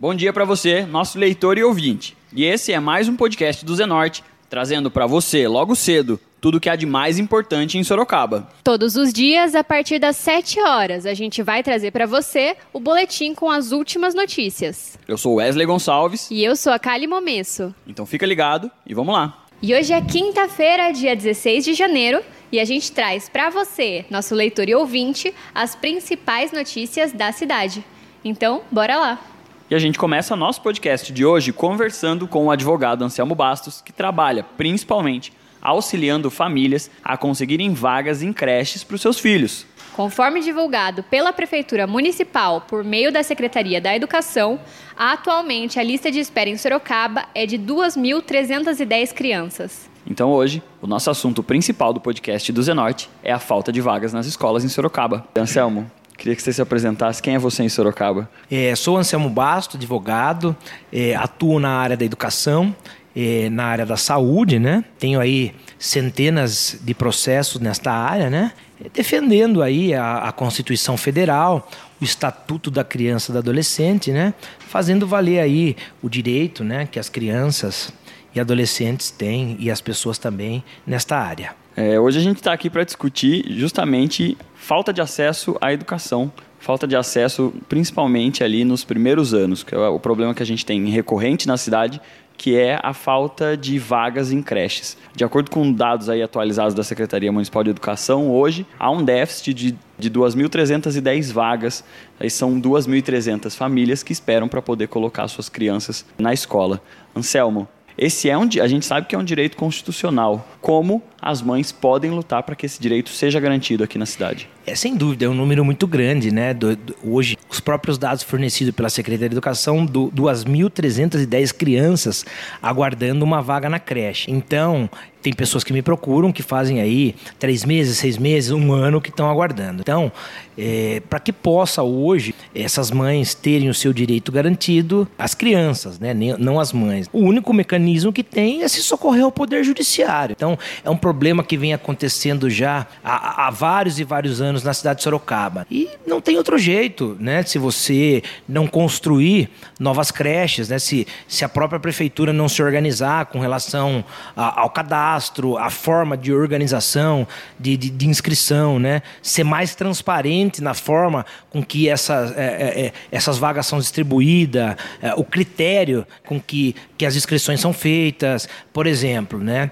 Bom dia para você, nosso leitor e ouvinte. E esse é mais um podcast do Zenorte, trazendo para você, logo cedo, tudo o que há de mais importante em Sorocaba. Todos os dias, a partir das 7 horas, a gente vai trazer para você o boletim com as últimas notícias. Eu sou Wesley Gonçalves. E eu sou a Kali Momesso. Então fica ligado e vamos lá. E hoje é quinta-feira, dia 16 de janeiro, e a gente traz para você, nosso leitor e ouvinte, as principais notícias da cidade. Então, bora lá! E a gente começa nosso podcast de hoje conversando com o advogado Anselmo Bastos, que trabalha principalmente auxiliando famílias a conseguirem vagas em creches para os seus filhos. Conforme divulgado pela Prefeitura Municipal por meio da Secretaria da Educação, atualmente a lista de espera em Sorocaba é de 2.310 crianças. Então hoje, o nosso assunto principal do podcast do Zenorte é a falta de vagas nas escolas em Sorocaba. Anselmo, queria que você se apresentasse. Quem é você em Sorocaba? Sou Anselmo Bastos, advogado, atuo na área da educação, na área da saúde, né? Tenho aí centenas de processos nesta área, né? Defendendo aí a Constituição Federal, o Estatuto da Criança e do Adolescente, né? Fazendo valer aí o direito, né, que as crianças e adolescentes têm e as pessoas também nesta área. Hoje a gente está aqui para discutir justamente falta de acesso à educação, falta de acesso principalmente ali nos primeiros anos, que é o problema que a gente tem recorrente na cidade, que é a falta de vagas em creches. De acordo com dados aí atualizados da Secretaria Municipal de Educação, hoje há um déficit de 2.310 vagas. Aí são 2.300 famílias que esperam para poder colocar suas crianças na escola. Anselmo, esse a gente sabe que é um direito constitucional. Como as mães podem lutar para que esse direito seja garantido aqui na cidade? Sem dúvida, é um número muito grande, né? Hoje, os próprios dados fornecidos pela Secretaria de Educação, 2.310 crianças aguardando uma vaga na creche. Então, tem pessoas que me procuram que fazem aí 3 meses, 6 meses, 1 ano que estão aguardando. Então, para que possa hoje essas mães terem o seu direito garantido, as crianças, né? Não as mães. O único mecanismo que tem é se socorrer ao Poder Judiciário. Então, é um problema que vem acontecendo já há vários e vários anos na cidade de Sorocaba. E não tem outro jeito, né? Se você não construir novas creches, né? Se a própria prefeitura não se organizar com relação ao cadastro, a forma de organização, de inscrição, né? Ser mais transparente na forma com que essas vagas são distribuídas, o critério com que as inscrições são feitas, por exemplo, né?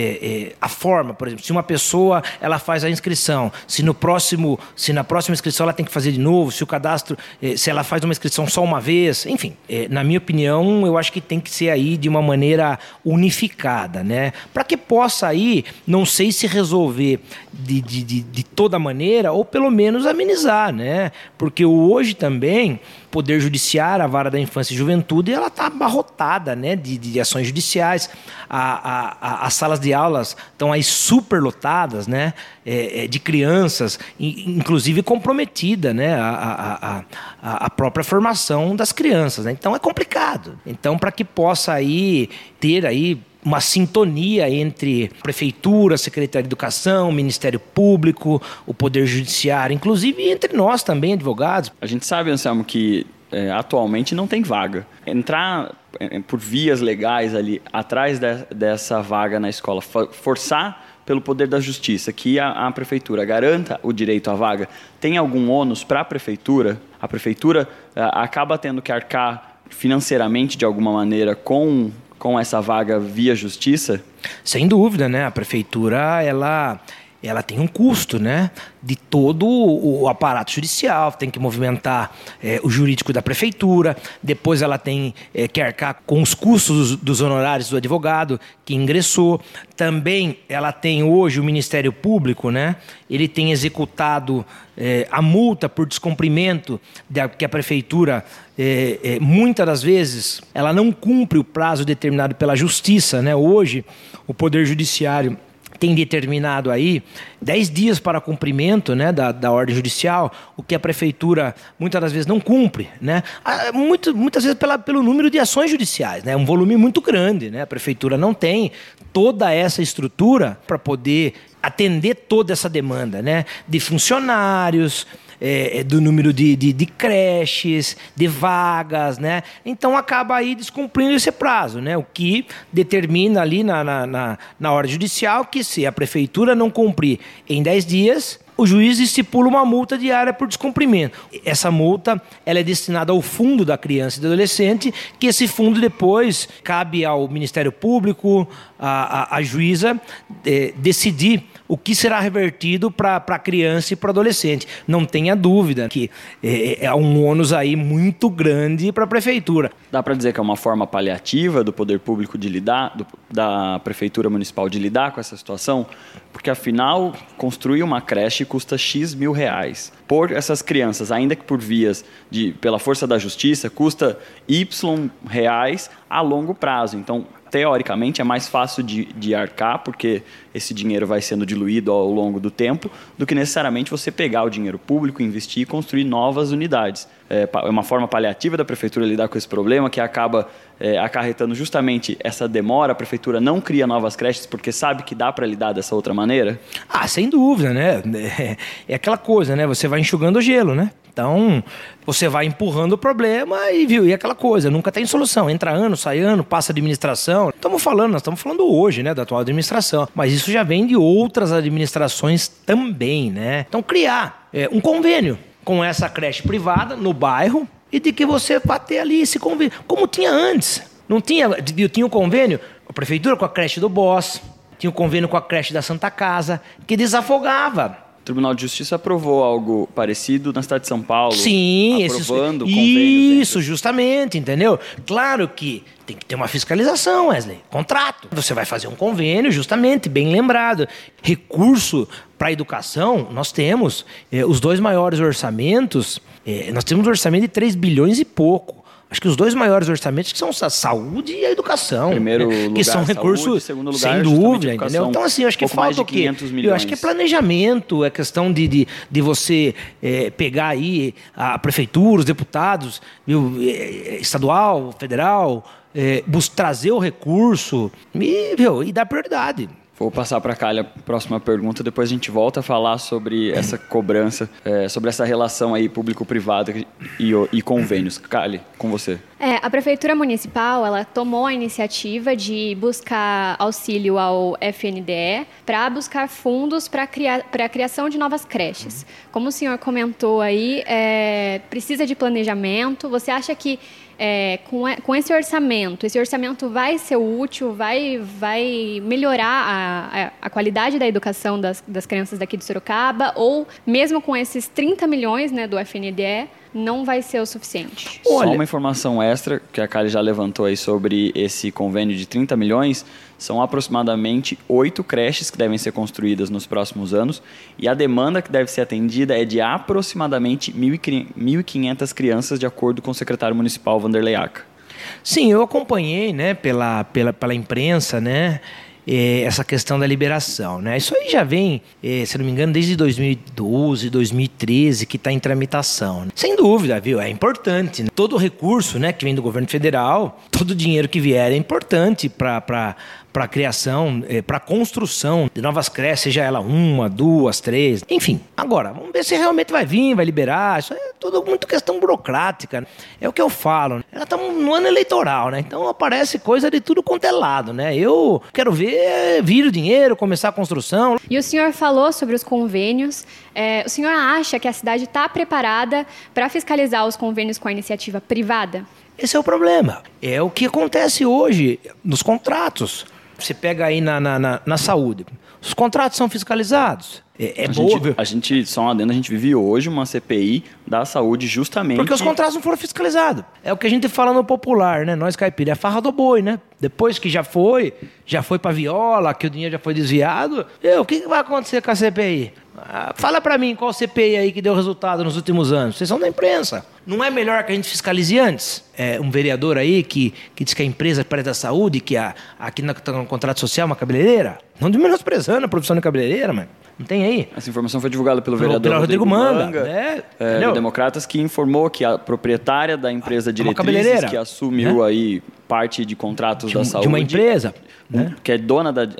A forma, por exemplo, se uma pessoa ela faz a inscrição, se na próxima inscrição ela tem que fazer de novo, se o cadastro, se ela faz uma inscrição só uma vez, enfim, na minha opinião, eu acho que tem que ser aí de uma maneira unificada, né? Para que possa aí, não sei se resolver de toda maneira, ou pelo menos amenizar, né? Porque hoje também, Poder Judiciário, a Vara da Infância e Juventude, ela está abarrotada, né, de ações judiciais. As salas de aulas estão aí superlotadas, né, de crianças, inclusive comprometida, né, a própria formação das crianças, né? Então é complicado. Então, para que possa aí ter aí uma sintonia entre Prefeitura, Secretaria de Educação, Ministério Público, o Poder Judiciário, inclusive entre nós também, advogados. A gente sabe, Anselmo, que atualmente não tem vaga. Entrar por vias legais ali atrás dessa vaga na escola, forçar pelo poder da justiça que a prefeitura garanta o direito à vaga, tem algum ônus para a prefeitura? A prefeitura acaba tendo que arcar financeiramente de alguma maneira com essa vaga via justiça? Sem dúvida, né? A prefeitura, ela tem um custo, né, de todo o aparato judicial, tem que movimentar o jurídico da prefeitura, depois ela tem que arcar com os custos dos honorários do advogado que ingressou. Também ela tem hoje o Ministério Público, né, ele tem executado a multa por descumprimento que a prefeitura, muitas das vezes, ela não cumpre o prazo determinado pela justiça, né? Hoje, o Poder Judiciário tem determinado aí 10 dias para cumprimento, né, da ordem judicial, o que a prefeitura muitas das vezes não cumpre, né? Muitas vezes pelo número de ações judiciais, né? Um volume muito grande, né? A prefeitura não tem toda essa estrutura para poder atender toda essa demanda, né? De funcionários, do número de creches, de vagas, né? Então acaba aí descumprindo esse prazo, né? O que determina ali na ordem judicial que se a prefeitura não cumprir em 10 dias, o juiz estipula uma multa diária por descumprimento. Essa multa ela é destinada ao fundo da criança e do adolescente, que esse fundo depois cabe ao Ministério Público, à juíza, decidir o que será revertido para a criança e para o adolescente. Não tenha dúvida que é um ônus aí muito grande para a prefeitura. Dá para dizer que é uma forma paliativa do poder público de lidar, da prefeitura municipal de lidar com essa situação? Porque, afinal, construir uma creche custa X mil reais. Por essas crianças, ainda que por vias pela força da justiça, custa Y reais a longo prazo. Então, teoricamente, é mais fácil de arcar, porque esse dinheiro vai sendo diluído ao longo do tempo, do que necessariamente você pegar o dinheiro público, investir e construir novas unidades. É uma forma paliativa da prefeitura lidar com esse problema, que acaba acarretando justamente essa demora. A prefeitura não cria novas creches porque sabe que dá para lidar dessa outra maneira? Ah, sem dúvida, né? É aquela coisa, né? Você vai enxugando o gelo, né? Então, você vai empurrando o problema e aquela coisa, nunca tem solução. Entra ano, sai ano, passa administração. Nós estamos falando hoje, né, da atual administração. Mas isso já vem de outras administrações também, né? Então, criar um convênio com essa creche privada no bairro e de que você vai ter ali esse convênio. Como tinha antes. Não tinha, tinha um convênio, a prefeitura com a creche do Boss, tinha um convênio com a creche da Santa Casa, que desafogava. O Tribunal de Justiça aprovou algo parecido na cidade de São Paulo. Sim, aprovando convênios. Isso, justamente, entendeu? Claro que tem que ter uma fiscalização, Wesley. Contrato. Você vai fazer um convênio, justamente, bem lembrado. Recurso para a educação, nós temos os 2 maiores orçamentos. Nós temos um orçamento de 3 bilhões e pouco. Acho que os 2 maiores orçamentos que são a saúde e a educação. Primeiro lugar, que são recursos, saúde, segundo lugar, sem dúvida, entendeu? Então, assim, eu acho que falta o quê? Eu acho que é planejamento, é questão de você pegar aí a prefeitura, os deputados, estadual, federal, trazer o recurso e dar prioridade. Vou passar para a Cália a próxima pergunta, depois a gente volta a falar sobre essa cobrança, sobre essa relação aí público-privada e convênios. Cália, com você. A Prefeitura Municipal, ela tomou a iniciativa de buscar auxílio ao FNDE para buscar fundos para a criação de novas creches. Como o senhor comentou aí, precisa de planejamento. Você acha que com esse orçamento vai ser útil, vai melhorar a qualidade da educação das crianças daqui de Sorocaba, ou mesmo com esses 30 milhões, né, do FNDE, não vai ser o suficiente? Só uma informação extra que a Cália já levantou aí sobre esse convênio de 30 milhões, são aproximadamente 8 creches que devem ser construídas nos próximos anos, e a demanda que deve ser atendida é de aproximadamente 1.500 crianças, de acordo com o secretário municipal Vanderlei Aca. Sim, eu acompanhei, né, pela imprensa, né, essa questão da liberação, né? Isso aí já vem, se não me engano, desde 2012, 2013, que está em tramitação. Sem dúvida, viu? É importante, né? Todo recurso, né, que vem do governo federal, todo dinheiro que vier é importante para a criação, para a construção de novas creches, seja ela 1, 2, 3, enfim. Agora, vamos ver se realmente vai vir, vai liberar. Isso é tudo muito questão burocrática, né? É o que eu falo. Nós estamos no ano eleitoral, né? Então aparece coisa de tudo quanto é lado, né? Eu quero ver vir o dinheiro, começar a construção. E o senhor falou sobre os convênios. O senhor acha que a cidade está preparada para fiscalizar os convênios com a iniciativa privada? Esse é o problema. É o que acontece hoje nos contratos. Você pega aí na saúde. Os contratos são fiscalizados. A gente, só um adendo, a gente vive hoje uma CPI da saúde justamente... Porque os contratos não foram fiscalizados. É o que a gente fala no popular, né? Nós caipira, é a farra do boi, né? Depois que já foi pra viola, que o dinheiro já foi desviado, o que vai acontecer com a CPI? Fala pra mim qual CPI aí que deu resultado nos últimos anos. Vocês são da imprensa. Não é melhor que a gente fiscalize antes? Um vereador aí que diz que a empresa presta saúde, que aqui no contrato social é uma cabeleireira? Não menosprezando a profissão de cabeleireira, mas não tem aí? Essa informação foi divulgada pelo vereador Rodrigo Manga, do Democratas, que informou que a proprietária da empresa Diretrizes, que assumiu aí parte de contratos da saúde... De uma empresa... que é dona da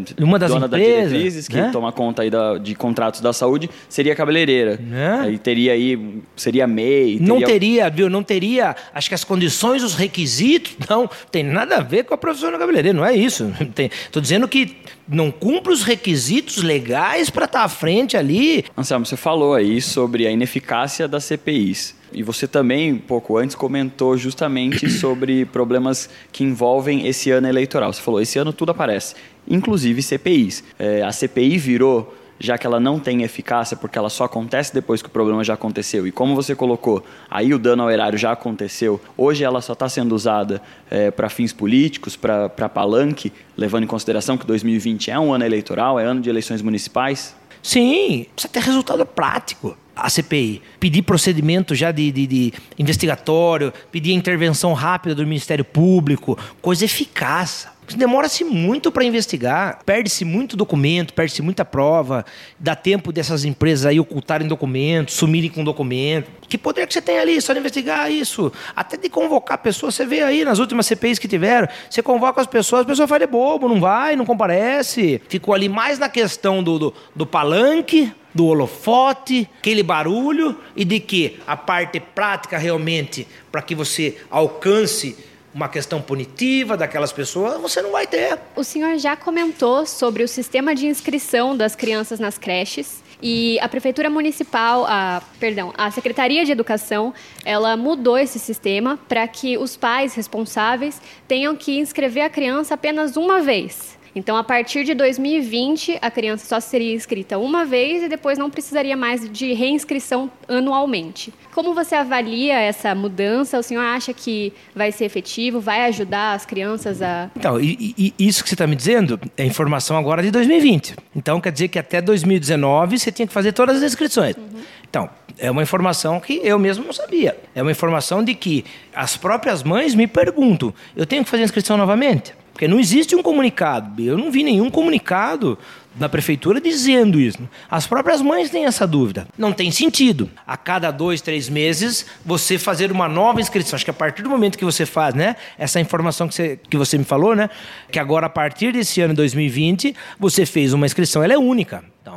Diretrizes, que toma conta aí de contratos da saúde, seria cabeleireira. Aí teria aí, seria MEI... Não teria, viu? Não teria, acho que as condições, os requisitos, não tem nada a ver com a profissão da cabeleireira, não é isso. Estou dizendo que não cumpre os requisitos legais para estar à frente ali. Anselmo, você falou aí sobre a ineficácia das CPIs. E você também, um pouco antes, comentou justamente sobre problemas que envolvem esse ano eleitoral. Você falou, esse ano tudo aparece, inclusive CPIs. A CPI virou, já que ela não tem eficácia, porque ela só acontece depois que o problema já aconteceu. E como você colocou, aí o dano ao erário já aconteceu. Hoje ela só está sendo usada para fins políticos, para palanque, levando em consideração que 2020 é um ano eleitoral, é ano de eleições municipais. Sim, precisa ter resultado prático. A CPI, pedir procedimento já de investigatório, pedir intervenção rápida do Ministério Público, coisa eficaz. Demora-se muito para investigar, perde-se muito documento, perde-se muita prova, dá tempo dessas empresas aí ocultarem documentos, sumirem com documento. Que poder que você tem ali só de investigar isso? Até de convocar pessoas, você vê aí nas últimas CPIs que tiveram, você convoca as pessoas, a pessoa faz de bobo, não vai, não comparece. Ficou ali mais na questão do palanque, do holofote, aquele barulho, e de que a parte prática realmente, para que você alcance uma questão punitiva daquelas pessoas, você não vai ter. O senhor já comentou sobre o sistema de inscrição das crianças nas creches e a Prefeitura Municipal, a Secretaria de Educação, ela mudou esse sistema para que os pais responsáveis tenham que inscrever a criança apenas uma vez. Então, a partir de 2020, a criança só seria inscrita uma vez e depois não precisaria mais de reinscrição anualmente. Como você avalia essa mudança? O senhor acha que vai ser efetivo? Vai ajudar as crianças a... Então, isso que você está me dizendo é informação agora de 2020. Então, quer dizer que até 2019 você tinha que fazer todas as inscrições. Então, é uma informação que eu mesmo não sabia. É uma informação de que as próprias mães me perguntam, eu tenho que fazer a inscrição novamente? Porque não existe um comunicado. Eu não vi nenhum comunicado da prefeitura dizendo isso. As próprias mães têm essa dúvida. Não tem sentido. A cada 2, 3 meses, você fazer uma nova inscrição. Acho que a partir do momento que você faz, né, essa informação que você me falou, né, que agora a partir desse ano 2020, você fez uma inscrição, ela é única. Então,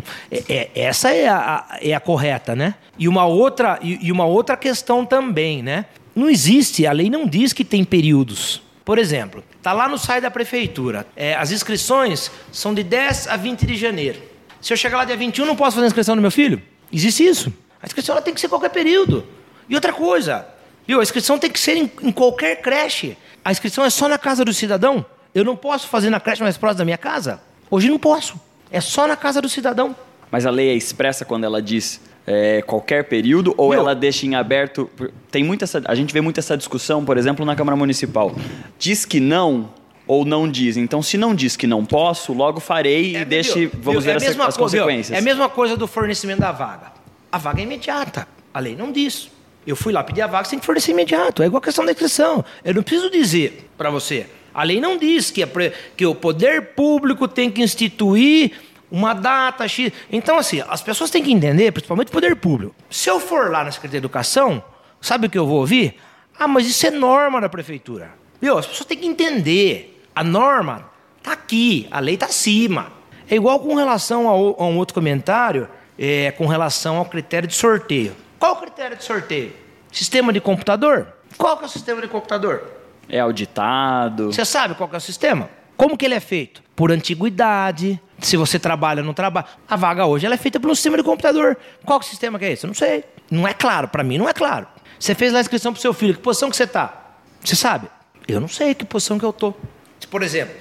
essa é a correta, né? E uma outra questão também, né? Não existe, a lei não diz que tem períodos. Por exemplo, está lá no site da prefeitura, as inscrições são de 10 a 20 de janeiro. Se eu chegar lá dia 21, não posso fazer a inscrição do meu filho? Existe isso. A inscrição ela tem que ser em qualquer período. E outra coisa, viu? A inscrição tem que ser em qualquer creche. A inscrição é só na casa do cidadão. Eu não posso fazer na creche mais próxima da minha casa? Hoje não posso. É só na casa do cidadão. Mas a lei é expressa quando ela diz... qualquer período, ou ela deixa em aberto? A gente vê muito essa discussão, por exemplo, na Câmara Municipal. Diz que não ou não diz. Então, se não diz que não posso, logo farei e vamos ver as consequências. É a mesma coisa do fornecimento da vaga. A vaga é imediata. A lei não diz. Eu fui lá pedir a vaga, você tem que fornecer imediato. É igual a questão da inscrição. Eu não preciso dizer para você. A lei não diz que o poder público tem que instituir uma data X. Então, assim, as pessoas têm que entender, principalmente o poder público. Se eu for lá na Secretaria de Educação, sabe o que eu vou ouvir? Ah, mas isso é norma da prefeitura. Viu? As pessoas têm que entender. A norma está aqui, a lei está acima. É igual com relação a um outro comentário, com relação ao critério de sorteio. Qual o critério de sorteio? Sistema de computador? Qual que é o sistema de computador? É auditado. Você sabe qual que é o sistema? Como que ele é feito? Por antiguidade, se você trabalha ou não trabalha. A vaga hoje ela é feita por um sistema de computador. Qual que sistema que é esse? Eu não sei. Não é claro, para mim não é claro. Você fez lá a inscrição pro seu filho, que posição que você está? Você sabe? Eu não sei que posição que eu estou. Por exemplo,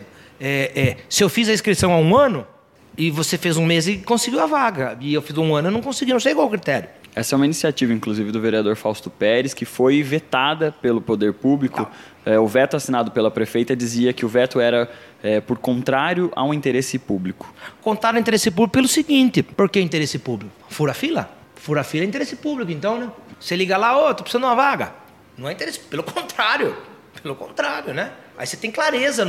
se eu fiz a inscrição há 1 ano, e você fez 1 mês e conseguiu a vaga, e eu fiz 1 ano e não consegui, não sei qual o critério. Essa é uma iniciativa, inclusive, do vereador Fausto Pérez, que foi vetada pelo poder público. O veto assinado pela prefeita dizia que o veto era por contrário ao interesse público. Contrário ao interesse público pelo seguinte: por que interesse público? Fura fila. Fura fila é interesse público, então, né? Você liga lá, tô precisando de uma vaga. Não é interesse, pelo contrário. Pelo contrário, né? Aí você tem clareza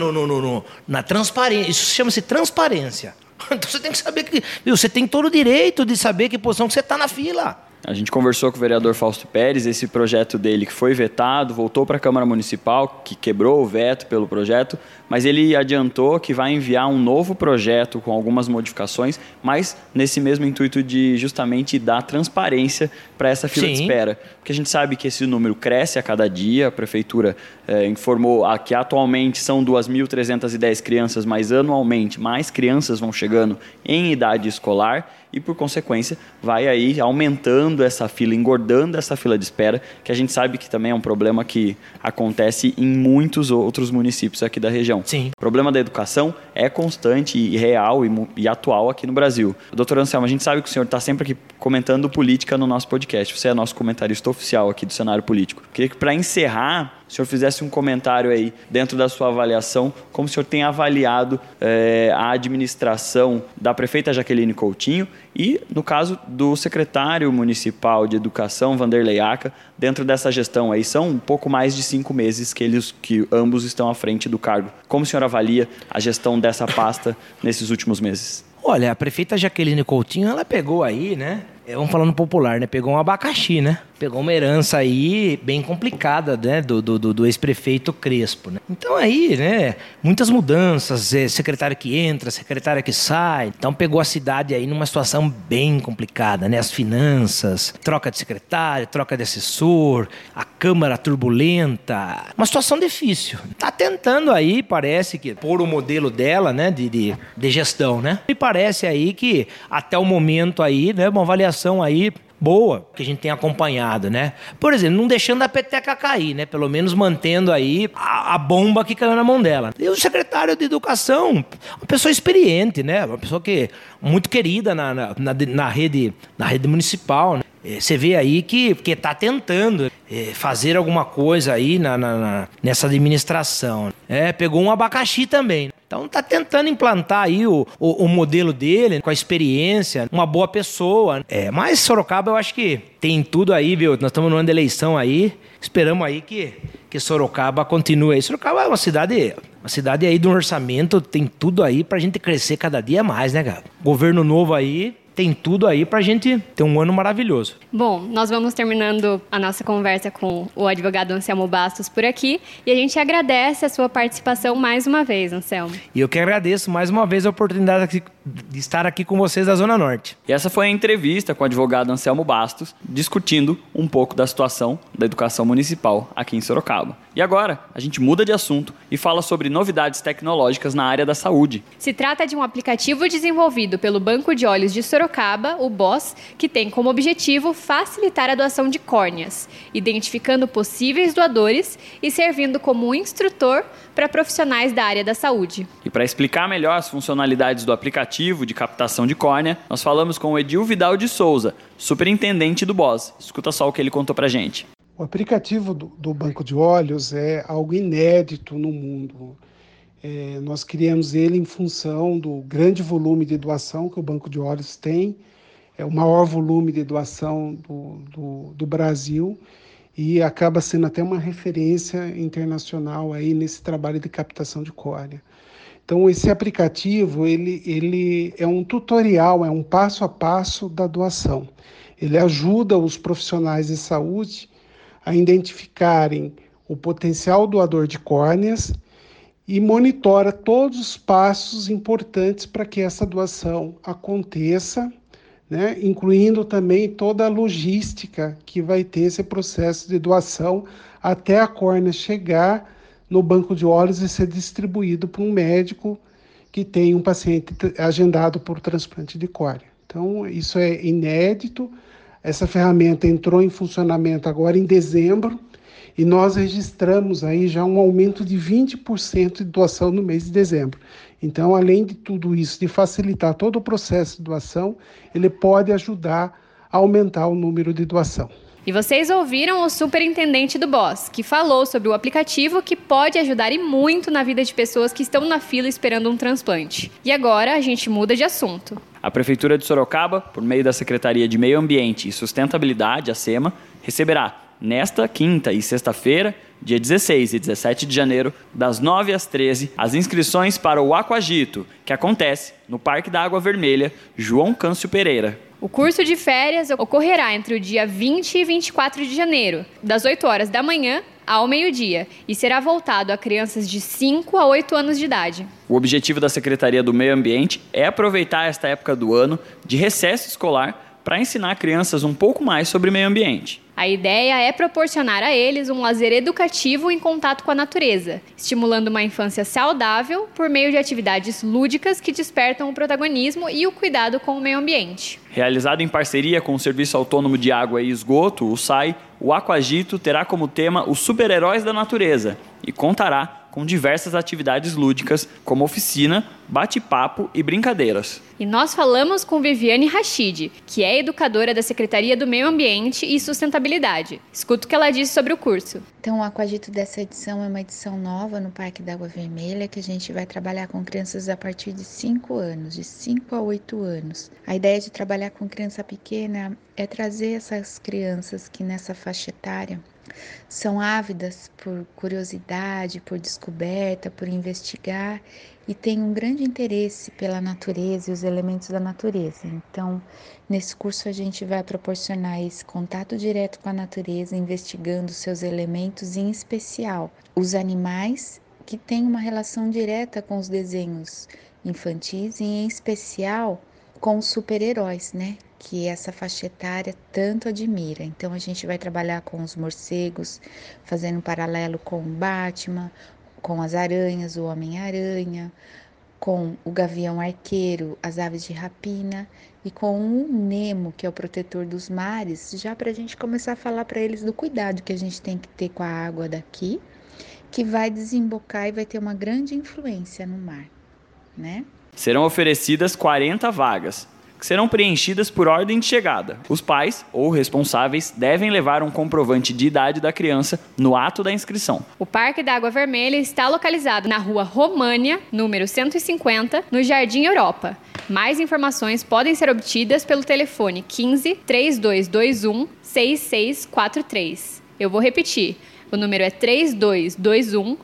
na transparência. Isso chama-se transparência. Então você tem que saber que... Você tem todo o direito de saber que posição que você está na fila. A gente conversou com o vereador Fausto Pérez, esse projeto dele que foi vetado, voltou para a Câmara Municipal, que quebrou o veto pelo projeto, mas ele adiantou que vai enviar um novo projeto com algumas modificações, mas nesse mesmo intuito de justamente dar transparência para essa fila de espera. Porque a gente sabe que esse número cresce a cada dia, a Prefeitura informou que atualmente são 2.310 crianças, mas anualmente mais crianças vão chegando em idade escolar, e, por consequência, vai aí aumentando essa fila, engordando essa fila de espera, que a gente sabe que também é um problema que acontece em muitos outros municípios aqui da região. Sim. O problema da educação é constante e real e atual aqui no Brasil. Doutor Anselmo, a gente sabe que o senhor está sempre aqui comentando política no nosso podcast. Você é nosso comentarista oficial aqui do cenário político. Queria que, para encerrar, o senhor fizesse um comentário aí dentro da sua avaliação, como o senhor tem avaliado a administração da prefeita Jaqueline Coutinho e, no caso, do secretário municipal de educação, Vanderlei Aca, dentro dessa gestão aí. São um pouco mais de 5 meses que ambos estão à frente do cargo. Como o senhor avalia a gestão dessa pasta nesses últimos meses? Olha, a prefeita Jaqueline Coutinho, ela pegou aí, né? Vamos falando popular, né? Pegou um abacaxi, né? Pegou uma herança aí bem complicada, né? Do ex-prefeito Crespo, né? Então aí, né? Muitas mudanças, secretário que entra, secretária que sai. Então pegou a cidade aí numa situação bem complicada, né? As finanças, troca de secretário, troca de assessor, a Câmara turbulenta. Uma situação difícil. Tá tentando aí, parece que, pôr o modelo dela, né? De gestão, né? Me parece aí que até o momento aí, né? Uma avaliação aí boa, que a gente tem acompanhado, né? Por exemplo, não deixando a peteca cair, né? Pelo menos mantendo aí a bomba que caiu na mão dela. E o secretário de Educação, uma pessoa experiente, né? Uma pessoa que muito querida na rede municipal, né? Você vê aí que está tentando fazer alguma coisa aí nessa administração. Pegou um abacaxi também. Então está tentando implantar aí o modelo dele, com a experiência, uma boa pessoa. Mas Sorocaba eu acho que tem tudo aí, viu? Nós estamos no ano de eleição aí, esperamos aí que Sorocaba continue aí. Sorocaba é uma cidade aí de um orçamento, tem tudo aí pra gente crescer cada dia mais, né, cara? Governo novo aí, tem tudo aí pra gente ter um ano maravilhoso. Bom, nós vamos terminando a nossa conversa com o advogado Anselmo Bastos por aqui e a gente agradece a sua participação mais uma vez, Anselmo. E eu que agradeço mais uma vez a oportunidade de estar aqui com vocês da Zona Norte. E essa foi a entrevista com o advogado Anselmo Bastos, discutindo um pouco da situação da educação municipal aqui em Sorocaba. E agora, a gente muda de assunto e fala sobre novidades tecnológicas na área da saúde. Se trata de um aplicativo desenvolvido pelo Banco de Olhos de Sorocaba, o BOS, que tem como objetivo facilitar a doação de córneas, identificando possíveis doadores e servindo como um instrutor para profissionais da área da saúde. E para explicar melhor as funcionalidades do aplicativo de captação de córnea, nós falamos com o Edil Vidal de Souza, superintendente do BOS. Escuta só o que ele contou para a gente. O aplicativo do Banco de Olhos é algo inédito no mundo. Nós criamos ele em função do grande volume de doação que o Banco de Olhos tem. É o maior volume de doação do Brasil e acaba sendo até uma referência internacional aí nesse trabalho de captação de córnea. Então, esse aplicativo ele é um tutorial, é um passo a passo da doação. Ele ajuda os profissionais de saúde a identificarem o potencial doador de córneas e monitora todos os passos importantes para que essa doação aconteça, né? Incluindo também toda a logística que vai ter esse processo de doação até a córnea chegar no banco de olhos e ser distribuído para um médico que tem um paciente agendado por transplante de córnea. Então, isso é inédito. Essa ferramenta entrou em funcionamento agora em dezembro e nós registramos aí já um aumento de 20% de doação no mês de dezembro. Então, além de tudo isso, de facilitar todo o processo de doação, ele pode ajudar a aumentar o número de doação. E vocês ouviram o superintendente do BOS, que falou sobre o aplicativo que pode ajudar e muito na vida de pessoas que estão na fila esperando um transplante. E agora a gente muda de assunto. A Prefeitura de Sorocaba, por meio da Secretaria de Meio Ambiente e Sustentabilidade, a SEMA, receberá nesta quinta e sexta-feira, dia 16 e 17 de janeiro, das 9 às 13, as inscrições para o Aquagito, que acontece no Parque da Água Vermelha, João Câncio Pereira. O curso de férias ocorrerá entre o dia 20 e 24 de janeiro, das 8 horas da manhã ao meio-dia, e será voltado a crianças de 5 a 8 anos de idade. O objetivo da Secretaria do Meio Ambiente é aproveitar esta época do ano de recesso escolar para ensinar crianças um pouco mais sobre meio ambiente. A ideia é proporcionar a eles um lazer educativo em contato com a natureza, estimulando uma infância saudável por meio de atividades lúdicas que despertam o protagonismo e o cuidado com o meio ambiente. Realizado em parceria com o Serviço Autônomo de Água e Esgoto, o SAI, o Aquagito terá como tema os super-heróis da natureza e contará com diversas atividades lúdicas, como oficina, bate-papo e brincadeiras. E nós falamos com Viviane Rachid, que é educadora da Secretaria do Meio Ambiente e Sustentabilidade. Escuta o que ela disse sobre o curso. Então, o Aquagito dessa edição é uma edição nova no Parque da Água Vermelha, que a gente vai trabalhar com crianças a partir de 5 anos, de 5 a 8 anos. A ideia de trabalhar com criança pequena é trazer essas crianças que nessa faixa etária são ávidas por curiosidade, por descoberta, por investigar e têm um grande interesse pela natureza e os elementos da natureza. Então, nesse curso a gente vai proporcionar esse contato direto com a natureza, investigando seus elementos, em especial os animais que têm uma relação direta com os desenhos infantis e em especial com os super-heróis, né? Que essa faixa etária tanto admira. Então a gente vai trabalhar com os morcegos, fazendo um paralelo com o Batman, com as aranhas, o Homem-Aranha, com o Gavião Arqueiro, as aves de rapina e com o Nemo, que é o protetor dos mares, já para a gente começar a falar para eles do cuidado que a gente tem que ter com a água daqui, que vai desembocar e vai ter uma grande influência no mar, né? Serão oferecidas 40 vagas, que serão preenchidas por ordem de chegada. Os pais ou responsáveis devem levar um comprovante de idade da criança no ato da inscrição. O Parque da Água Vermelha está localizado na Rua România, número 150, no Jardim Europa. Mais informações podem ser obtidas pelo telefone 15 3221 6643. Eu vou repetir. O número é 3221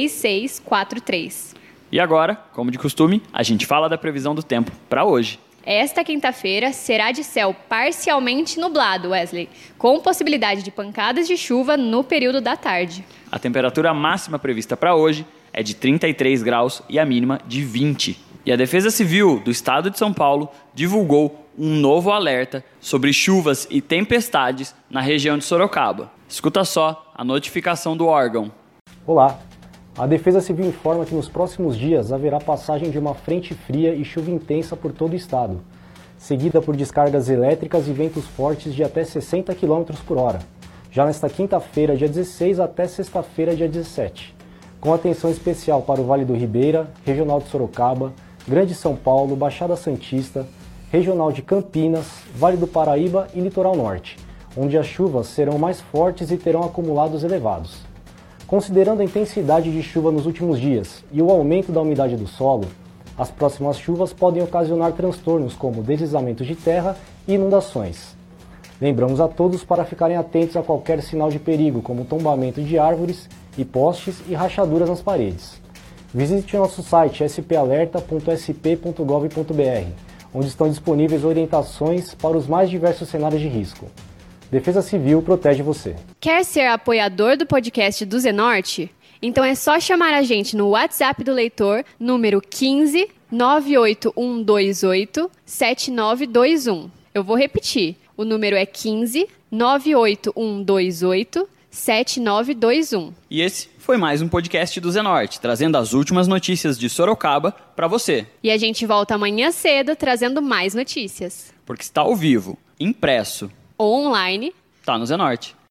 6643. E agora, como de costume, a gente fala da previsão do tempo para hoje. Esta quinta-feira será de céu parcialmente nublado, Wesley, com possibilidade de pancadas de chuva no período da tarde. A temperatura máxima prevista para hoje é de 33 graus e a mínima de 20. E a Defesa Civil do Estado de São Paulo divulgou um novo alerta sobre chuvas e tempestades na região de Sorocaba. Escuta só a notificação do órgão. Olá! A Defesa Civil informa que nos próximos dias haverá passagem de uma frente fria e chuva intensa por todo o estado, seguida por descargas elétricas e ventos fortes de até 60 km por hora, já nesta quinta-feira, dia 16, até sexta-feira, dia 17, com atenção especial para o Vale do Ribeira, Regional de Sorocaba, Grande São Paulo, Baixada Santista, Regional de Campinas, Vale do Paraíba e Litoral Norte, onde as chuvas serão mais fortes e terão acumulados elevados. Considerando a intensidade de chuva nos últimos dias e o aumento da umidade do solo, as próximas chuvas podem ocasionar transtornos como deslizamentos de terra e inundações. Lembramos a todos para ficarem atentos a qualquer sinal de perigo, como tombamento de árvores e postes e rachaduras nas paredes. Visite nosso site spalerta.sp.gov.br, onde estão disponíveis orientações para os mais diversos cenários de risco. Defesa Civil protege você. Quer ser apoiador do podcast do Zenorte? Então é só chamar a gente no WhatsApp do leitor, número 15 98128 7921. Eu vou repetir. O número é 15 98128 7921. E esse foi mais um podcast do Zenorte, trazendo as últimas notícias de Sorocaba para você. E a gente volta amanhã cedo trazendo mais notícias. Porque está ao vivo, impresso ou online, tá no Zenorte.